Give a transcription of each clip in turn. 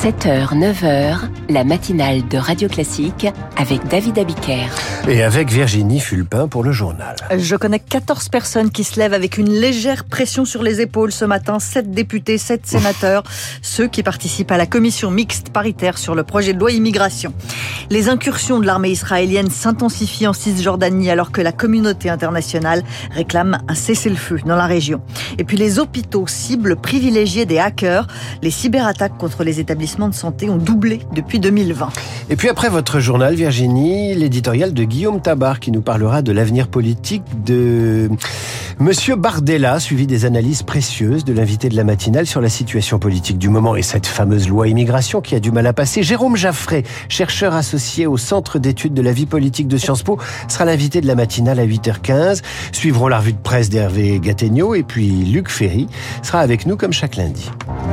7h, 9h, la matinale de Radio Classique avec David Abiker. Et avec Virginie Fulpin pour le journal. Je connais 14 personnes qui se lèvent avec une légère pression sur les épaules ce matin. 7 députés, 7 sénateurs, ceux qui participent à la commission mixte paritaire sur le projet de loi immigration. Les incursions de l'armée israélienne s'intensifient en Cisjordanie alors que la communauté internationale réclame un cessez-le-feu dans la région. Et puis les hôpitaux, cibles privilégiées des hackers. Les cyberattaques contre les établissements de santé ont doublé depuis 2020. Et puis après votre journal, Virginie, l'éditorial de Guillaume Tabar qui nous parlera de l'avenir politique de Monsieur Bardella, suivi des analyses précieuses de l'invité de la matinale sur la situation politique du moment et cette fameuse loi immigration qui a du mal à passer. Jérôme Jaffray, chercheur associé au Centre d'études de la vie politique de Sciences Po, sera l'invité de la matinale à 8h15. Suivront la revue de presse d'Hervé Gattegno et puis Luc Ferry sera avec nous comme chaque lundi.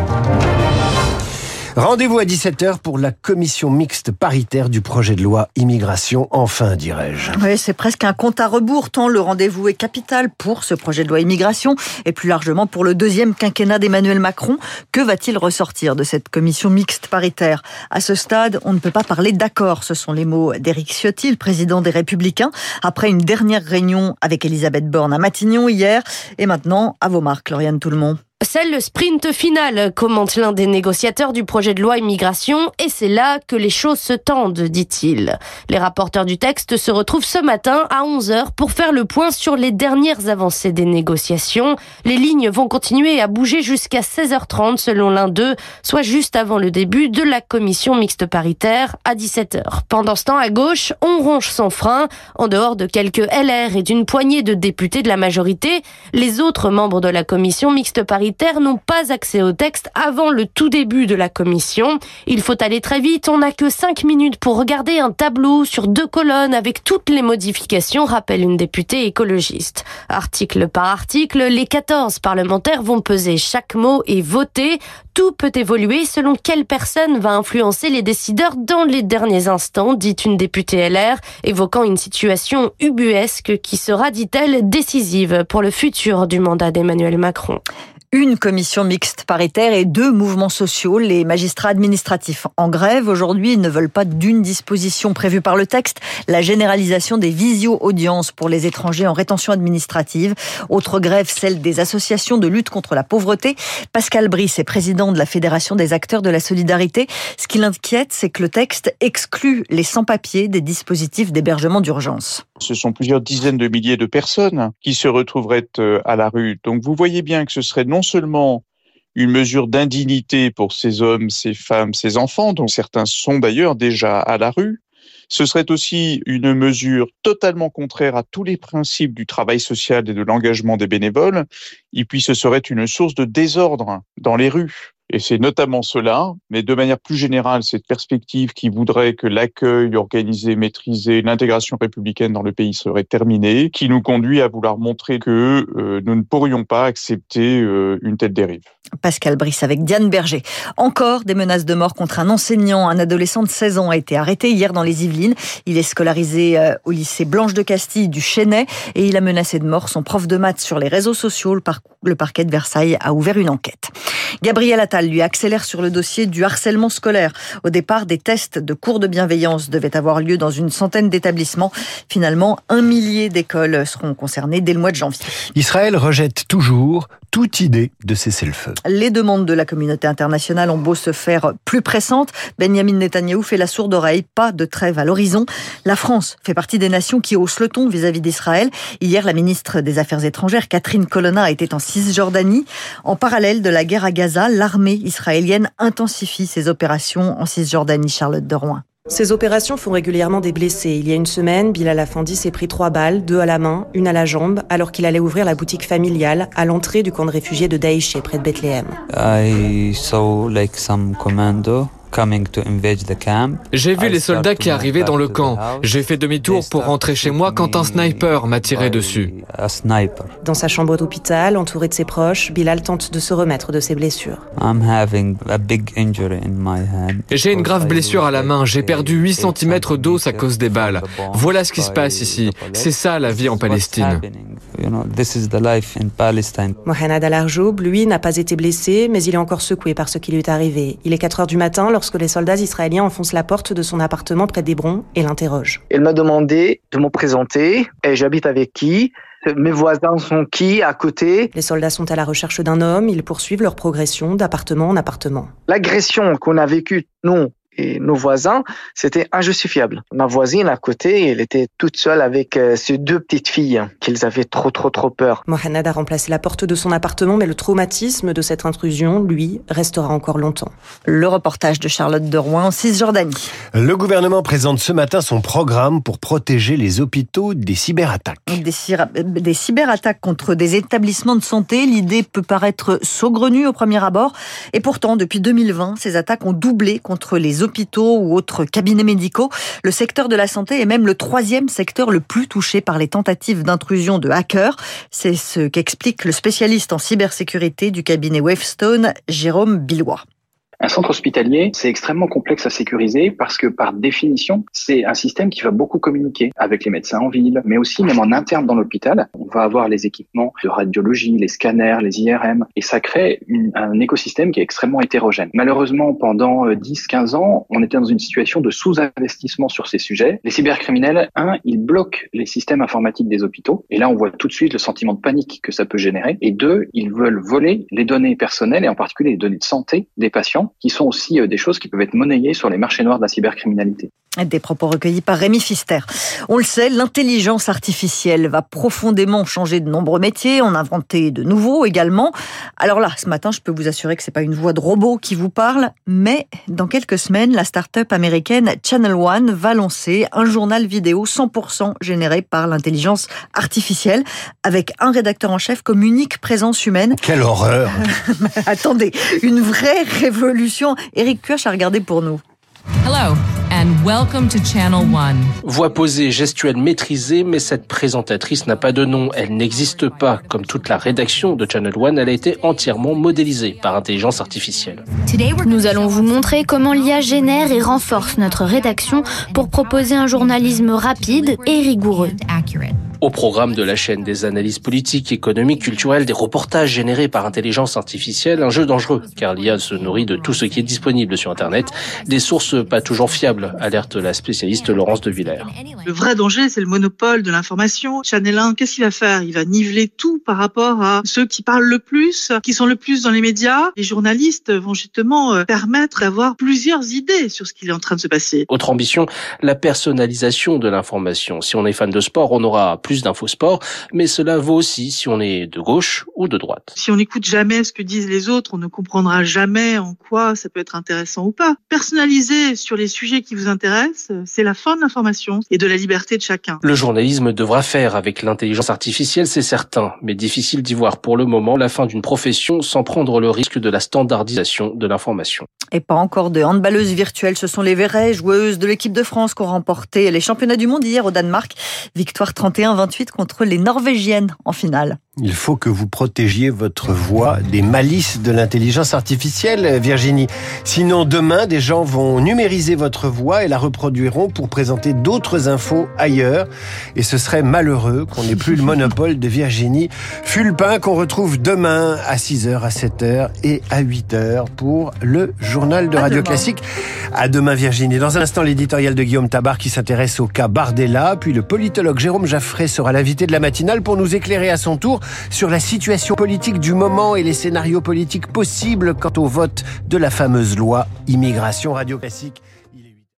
Rendez-vous à 17h pour la commission mixte paritaire du projet de loi immigration, enfin dirais-je. Oui, c'est presque un compte à rebours, tant le rendez-vous est capital pour ce projet de loi immigration et plus largement pour le deuxième quinquennat d'Emmanuel Macron. Que va-t-il ressortir de cette commission mixte paritaire ? À ce stade, on ne peut pas parler d'accord. Ce sont les mots d'Éric Ciotti, le président des Républicains, après une dernière réunion avec Elisabeth Borne à Matignon hier. Et maintenant, à vos marques, Lauriane Tout-le-Monde. C'est le sprint final, commente l'un des négociateurs du projet de loi immigration, et c'est là que les choses se tendent, dit-il. Les rapporteurs du texte se retrouvent ce matin à 11h pour faire le point sur les dernières avancées des négociations. Les lignes vont continuer à bouger jusqu'à 16h30 selon l'un d'eux, soit juste avant le début de la commission mixte paritaire à 17h. Pendant ce temps, à gauche, on ronge son frein. En dehors de quelques LR et d'une poignée de députés de la majorité, les autres membres de la commission mixte paritaire n'ont pas accès au texte avant le tout début de la commission. Il faut aller très vite, on n'a que 5 minutes pour regarder un tableau sur 2 colonnes avec toutes les modifications, rappelle une députée écologiste. Article par article, les 14 parlementaires vont peser chaque mot et voter. Tout peut évoluer selon quelle personne va influencer les décideurs dans les derniers instants, dit une députée LR, évoquant une situation ubuesque qui sera, dit-elle, décisive pour le futur du mandat d'Emmanuel Macron. Une commission mixte paritaire et 2 mouvements sociaux. Les magistrats administratifs en grève. Aujourd'hui, ils ne veulent pas d'une disposition prévue par le texte, la généralisation des visio-audiences pour les étrangers en rétention administrative. Autre grève, celle des associations de lutte contre la pauvreté. Pascal Brice est président de la Fédération des acteurs de la solidarité. Ce qui l'inquiète, c'est que le texte exclut les sans-papiers des dispositifs d'hébergement d'urgence. Ce sont plusieurs dizaines de milliers de personnes qui se retrouveraient à la rue. Donc vous voyez bien que ce serait non seulement une mesure d'indignité pour ces hommes, ces femmes, ces enfants, dont certains sont d'ailleurs déjà à la rue. Ce serait aussi une mesure totalement contraire à tous les principes du travail social et de l'engagement des bénévoles. Et puis ce serait une source de désordre dans les rues. Et c'est notamment cela, mais de manière plus générale, cette perspective qui voudrait que l'accueil organisé, maîtrisé, l'intégration républicaine dans le pays serait terminée, qui nous conduit à vouloir montrer que nous ne pourrions pas accepter une telle dérive. Pascal Brice avec Diane Berger. Encore des menaces de mort contre un enseignant. Un adolescent de 16 ans a été arrêté hier dans les Yvelines. Il est scolarisé au lycée Blanche de Castille du Chesnay et il a menacé de mort son prof de maths sur les réseaux sociaux. Le parquet de Versailles a ouvert une enquête. Gabriel Attal, lui, accélère sur le dossier du harcèlement scolaire. Au départ, des tests de cours de bienveillance devaient avoir lieu dans une centaine d'établissements. Finalement, 1 millier d'écoles seront concernées dès le mois de janvier. Israël rejette toujours toute idée de cessez-le-feu. Les demandes de la communauté internationale ont beau se faire plus pressantes. Benjamin Netanyahou fait la sourde oreille. Pas de trêve à l'horizon. La France fait partie des nations qui haussent le ton vis-à-vis d'Israël. Hier, la ministre des Affaires étrangères, Catherine Colonna, était en Cisjordanie. En parallèle de la guerre à Gaza, l'armée israélienne intensifie ses opérations en Cisjordanie. Charlotte de Rouen. Ces opérations font régulièrement des blessés. Il y a une semaine, Bilal Afandi s'est pris 3 balles, 2 à la main, 1 à la jambe, alors qu'il allait ouvrir la boutique familiale à l'entrée du camp de réfugiés de Daïch, près de Bethléem. I saw some commando J'ai vu les soldats qui arrivaient dans le camp. J'ai fait demi-tour pour rentrer chez moi quand un sniper m'a tiré dessus. Dans sa chambre d'hôpital, entouré de ses proches, Bilal tente de se remettre de ses blessures. J'ai une grave blessure à la main. J'ai perdu 8 cm d'os à cause des balles. Voilà ce qui se passe ici. C'est ça la vie en Palestine. Mohamed Al-Arjoub, lui, n'a pas été blessé, mais il est encore secoué par ce qui lui est arrivé. Il est 4h du matin lorsque les soldats israéliens enfoncent la porte de son appartement près d'Hébron et l'interrogent. Elle m'a demandé de me présenter et j'habite avec qui. Mes voisins sont qui à côté? Les soldats sont à la recherche d'un homme, ils poursuivent leur progression d'appartement en appartement. L'agression qu'on a vécue, nous et nos voisins, c'était injustifiable. Ma voisine à côté, elle était toute seule avec ses 2 petites filles, qu'ils avaient trop peur. Mohanad a remplacé la porte de son appartement, mais le traumatisme de cette intrusion, lui, restera encore longtemps. Le reportage de Charlotte de Rouen en Cisjordanie. Le gouvernement présente ce matin son programme pour protéger les hôpitaux des cyberattaques. Des cyberattaques contre des établissements de santé, l'idée peut paraître saugrenue au premier abord. Et pourtant, depuis 2020, ces attaques ont doublé contre les hôpitaux ou autres cabinets médicaux. Le secteur de la santé est même le 3e secteur le plus touché par les tentatives d'intrusion de hackers. C'est ce qu'explique le spécialiste en cybersécurité du cabinet Wavestone, Jérôme Billois. Un centre hospitalier, c'est extrêmement complexe à sécuriser parce que par définition, c'est un système qui va beaucoup communiquer avec les médecins en ville, mais aussi même en interne dans l'hôpital. On va avoir les équipements de radiologie, les scanners, les IRM, et ça crée un écosystème qui est extrêmement hétérogène. Malheureusement, pendant 10-15 ans, on était dans une situation de sous-investissement sur ces sujets. Les cybercriminels, ils bloquent les systèmes informatiques des hôpitaux, et là on voit tout de suite le sentiment de panique que ça peut générer, et 2, ils veulent voler les données personnelles, et en particulier les données de santé des patients, qui sont aussi des choses qui peuvent être monnayées sur les marchés noirs de la cybercriminalité. Des propos recueillis par Rémi Pfister. On le sait, l'intelligence artificielle va profondément changer de nombreux métiers, en inventer de nouveaux également. Alors là, ce matin, je peux vous assurer que c'est pas une voix de robot qui vous parle, mais dans quelques semaines, la start-up américaine Channel One va lancer un journal vidéo 100% généré par l'intelligence artificielle, avec un rédacteur en chef comme unique présence humaine. Quelle horreur! Attendez, une vraie révolution. Éric Cuoche a regardé pour nous. Hello and welcome to Channel One. Voix posée, gestuelle maîtrisée, mais cette présentatrice n'a pas de nom. Elle n'existe pas. Comme toute la rédaction de Channel One, elle a été entièrement modélisée par intelligence artificielle. Nous allons vous montrer comment l'IA génère et renforce notre rédaction pour proposer un journalisme rapide et rigoureux. Au programme de la chaîne, des analyses politiques, économiques, culturelles, des reportages générés par intelligence artificielle, un jeu dangereux, car l'IA se nourrit de tout ce qui est disponible sur Internet, des sources pas toujours fiables, alerte la spécialiste Laurence de Villers. Le vrai danger, c'est le monopole de l'information. Channel 1, qu'est-ce qu'il va faire? Il va niveler tout par rapport à ceux qui parlent le plus, qui sont le plus dans les médias. Les journalistes vont justement permettre d'avoir plusieurs idées sur ce qui est en train de se passer. Autre ambition, la personnalisation de l'information. Si on est fan de sport, on aura plus d'infos sport, mais cela vaut aussi si on est de gauche ou de droite. Si on n'écoute jamais ce que disent les autres, on ne comprendra jamais en quoi ça peut être intéressant ou pas. Personnaliser sur les sujets qui vous intéressent, c'est la fin de l'information et de la liberté de chacun. Le journalisme devra faire avec l'intelligence artificielle, c'est certain, mais difficile d'y voir pour le moment la fin d'une profession sans prendre le risque de la standardisation de l'information. Et pas encore de handballeuses virtuelles, ce sont les vraies joueuses de l'équipe de France qui ont remporté les championnats du monde hier au Danemark. Victoire 31-28 contre les Norvégiennes en finale. Il faut que vous protégiez votre voix des malices de l'intelligence artificielle, Virginie. Sinon, demain, des gens vont numériser votre voix et la reproduiront pour présenter d'autres infos ailleurs. Et ce serait malheureux qu'on n'ait plus le monopole de Virginie Fulpin, qu'on retrouve demain à 6h, à 7h et à 8h pour le journal de Radio Classique. À demain, Virginie. Dans un instant, l'éditorial de Guillaume Tabar qui s'intéresse au cas Bardella. Puis le politologue Jérôme Jaffray sera l'invité de la matinale pour nous éclairer à son tour sur la situation politique du moment et les scénarios politiques possibles quant au vote de la fameuse loi immigration. Radio Classique.